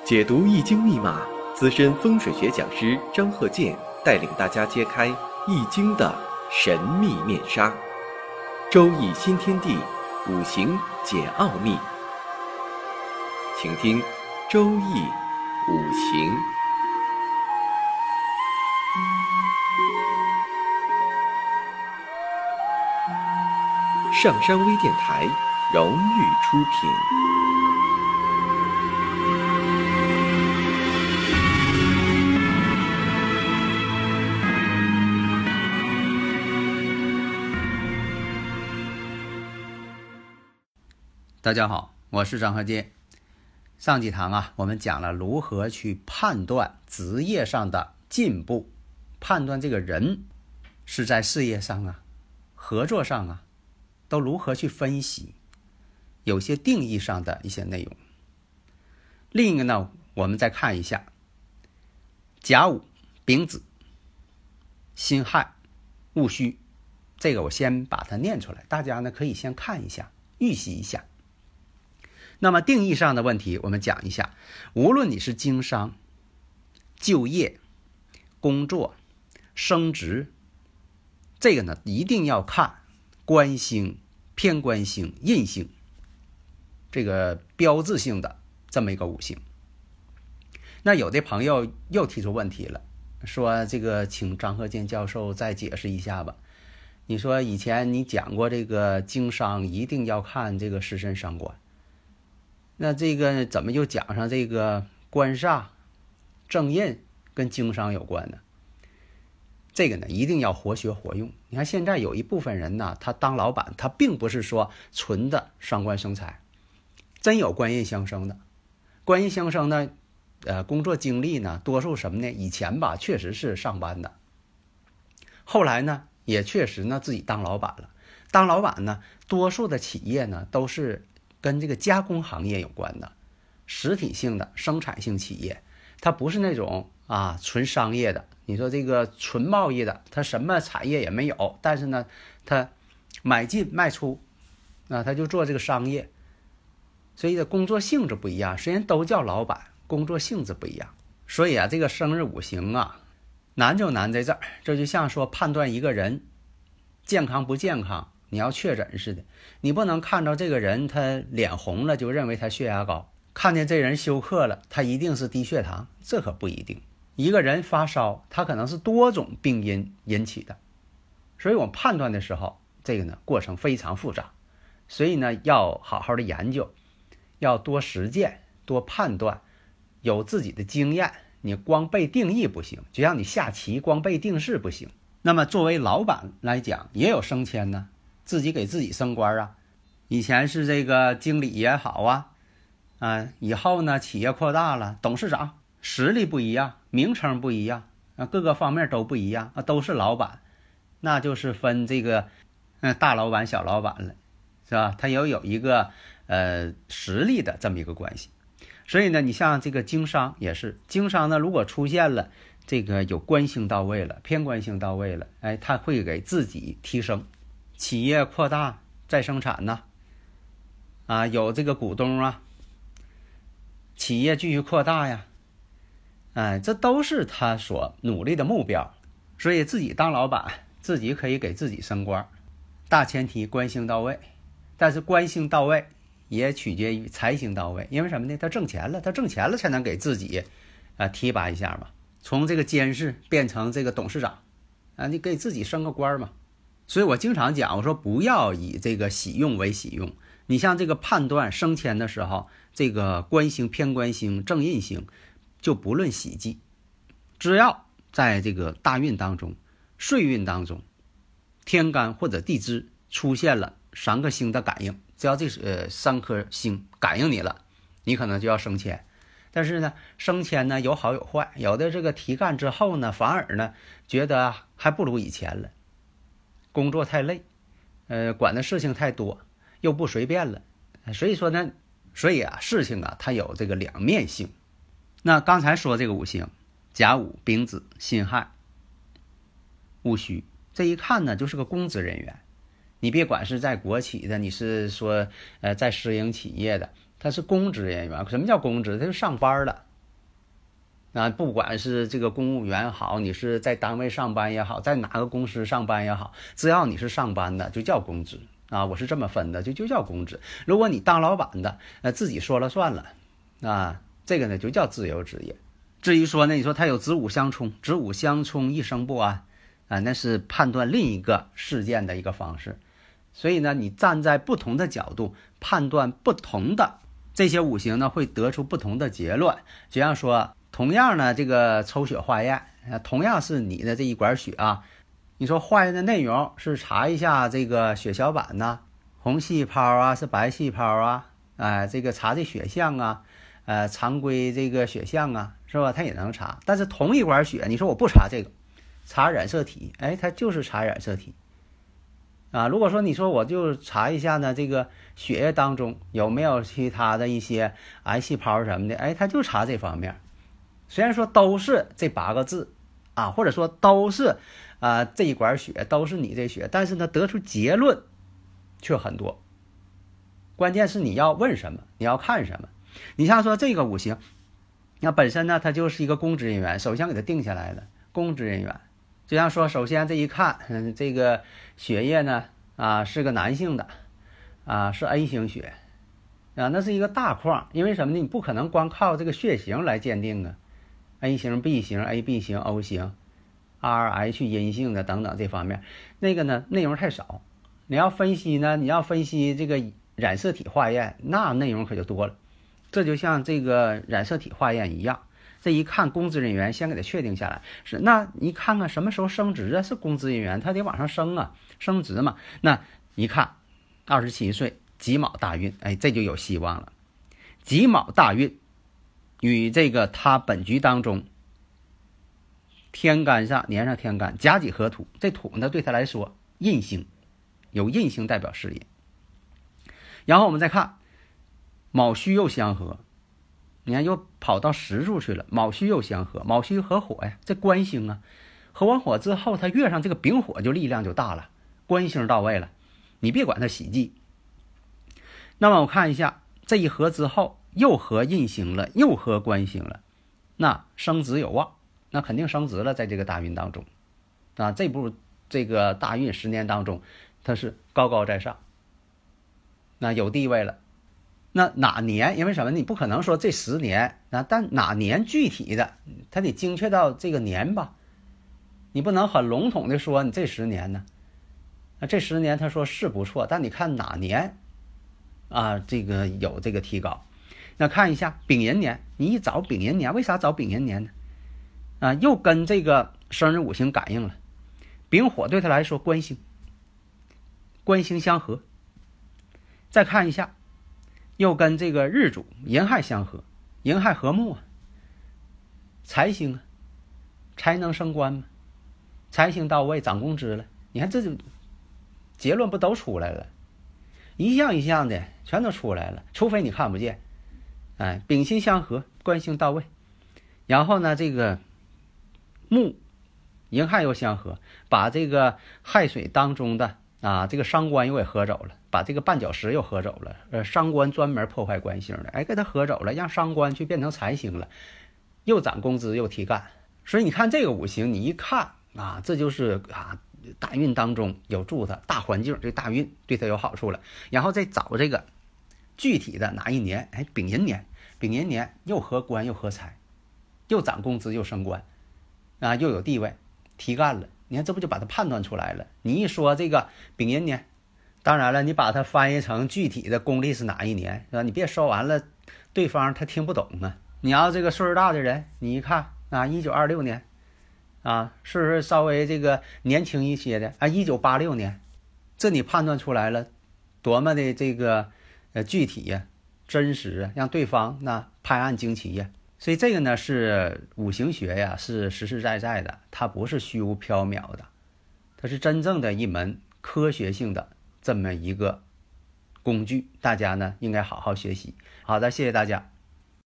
解读易经密码，资深风水学讲师张鹤剑带领大家揭开易经的神秘面纱。周易新天地，五行解奥秘。请听周易五行。上山微电台荣誉出品。 大家好，我是张鹤剑。上几堂我们讲了如何去判断职业上的进步，判断这个人是在事业上合作上都如何去分析，有些定义上的一些内容。另一个呢，我们再看一下甲午、丙子、辛亥、戊戌，这个我先把它念出来，大家呢可以先看一下，预习一下。那么定义上的问题我们讲一下，无论你是经商、就业、工作、升职，这个呢一定要看官星、偏官星、印星，这个标志性的这么一个五行。那有的朋友又提出问题了，说这个请张鹤剑教授再解释一下吧。你说以前你讲过这个经商一定要看这个食神伤官，那这个怎么又讲上这个官煞、正印跟经商有关呢？这个呢一定要活学活用。你看现在有一部分人呢，他当老板，他并不是说纯的伤官生财，真有官印相生的。官印相生呢，工作经历呢，多数什么呢？以前吧确实是上班的，后来呢也确实呢自己当老板了。当老板呢，多数的企业呢都是跟这个加工行业有关的，实体性的生产性企业，它不是那种纯商业的。你说这个纯贸易的，它什么产业也没有，但是呢它买进卖出它就做这个商业，所以的工作性质不一样。虽然都叫老板，工作性质不一样。所以这个生日五行难就难在这儿。这就像说判断一个人健康不健康，你要确诊似的，你不能看到这个人他脸红了就认为他血压高，看见这人休克了他一定是低血糖，这可不一定。一个人发烧，他可能是多种病因引起的，所以我们判断的时候，这个呢过程非常复杂，所以呢要好好的研究，要多实践，多判断，有自己的经验。你光背定义不行，就像你下棋光背定式不行。那么作为老板来讲，也有升迁呢，自己给自己升官以前是这个经理也好以后呢企业扩大了，董事长实力不一样，名称不一样各个方面都不一样都是老板，那就是分这个大老板小老板了，是吧？他也有一个实力的这么一个关系。所以呢你像这个经商也是，经商呢如果出现了这个有官星到位了，偏官星到位了，他会给自己提升，企业扩大再生产有这个股东企业继续扩大这都是他所努力的目标。所以自己当老板，自己可以给自己升官，大前提官星到位。但是官星到位也取决于财星到位，因为什么呢？他挣钱了，才能给自己提拔一下嘛，从这个监事变成这个董事长你给自己升个官嘛。所以我经常讲，我说不要以这个喜用为喜用。你像这个判断升迁的时候，这个官星、偏官星、正印星，就不论喜忌，只要在这个大运当中、岁运当中，天干或者地支出现了3个星的感应，只要这3颗星感应你了，你可能就要升迁。但是呢升迁呢有好有坏，有的这个提干之后呢，反而呢觉得还不如以前了，工作太累，管的事情太多，又不随便了。所以说呢，事情它有这个两面性。那刚才说这个五行，甲午、丙子、辛亥、戊戌，这一看呢就是个公职人员。你别管是在国企的，你是说在私营企业的，他是公职人员。什么叫公职？他是上班的不管是这个公务员好，你是在单位上班也好，在哪个公司上班也好，只要你是上班的就叫公职啊，我是这么分的，就叫公职。如果你当老板的，自己说了算了啊，这个呢就叫自由职业。至于说呢，你说他有子午相冲，子午相冲一生不安啊，那是判断另一个事件的一个方式。所以呢，你站在不同的角度判断不同的这些五行呢，会得出不同的结论。就像说，同样呢，这个抽血化验，同样是你的这一管血啊，你说化验的内容是查一下这个血小板呐，红细胞啊是白细胞啊，这个查这血象啊，常规这个血象啊，是吧？它也能查。但是同一管血，你说我不查这个，查染色体，它就是查染色体啊。如果说你说我就查一下呢，这个血液当中有没有其他的一些癌细胞什么的，它就查这方面。虽然说都是这8个字啊，或者说都是这一管血，都是你这血，但是呢，得出结论却很多。关键是你要问什么，你要看什么。你像说这个五行，那本身呢，它就是一个公职人员，首先给它定下来了，公职人员。就像说，首先这一看，这个血液呢，是个男性的，是 A 型血，那是一个大框，因为什么呢？你不可能光靠这个血型来鉴定啊。A 型、B 型、AB 型、O 型、RH 阴性的等等这方面，那个呢内容太少。你要分析呢，你要分析这个染色体化验，那内容可就多了。这就像这个染色体化验一样，这一看公职人员，先给他确定下来是。那你看看什么时候升职啊？是公职人员，他得往上升啊，升职嘛。那一看27岁己卯大运，这就有希望了。己卯大运与这个他本局当中天干上年上天干甲己合土，这土呢对他来说印星，有印星代表事业。然后我们再看卯戌又相合，你看又跑到10柱去了，卯戌又相合，卯戌合火呀，这官星啊，合完火之后他越上这个丙火就力量就大了，官星到位了，你别管它喜忌。那么我看一下这一合之后又合印星了，又合官星了，那升职有望，那肯定升职了。在这个大运当中这部这个大运10年当中，它是高高在上，那有地位了。那哪年？因为什么？你不可能说这10年但哪年具体的，它得精确到这个年吧，你不能很笼统的说你这10年呢。这10年他说是不错，但你看哪年这个有这个提高。那看一下丙寅年，你一找丙寅年，为啥找丙寅年呢？又跟这个生日五行感应了，丙火对他来说官星，官星相合。再看一下，又跟这个日主寅亥相合，寅亥合木财星才能升官吗？财星到位，长公职了。你看这就结论不都出来了，一项一项的全都出来了，除非你看不见。丙辛相合，官星到位。然后呢，这个木寅亥又相合，把这个亥水当中的这个伤官又给合走了，把这个绊脚石又合走了。伤官专门破坏官星的，给他合走了，让伤官去变成财星了，又涨工资又提干。所以你看这个五行，你一看这就是大运当中有助他，大环境这大运对他有好处了。然后再找这个具体的哪一年，丙寅年，丙寅年又合官又合财，又涨工资又升官又有地位提干了。你看这不就把它判断出来了。你一说这个丙寅年，当然了，你把它翻译成具体的公历是哪一年，是吧？你别说完了对方他听不懂啊。你要这个岁数大的人，你一看1926年是不是稍微这个年轻一些的1986年，这你判断出来了，多么的这个具体呀，真实让对方拍案惊奇呀。所以这个呢是五行学呀，是实实在在的，它不是虚无缥缈的，它是真正的一门科学性的这么一个工具，大家呢应该好好学习。好的，谢谢大家。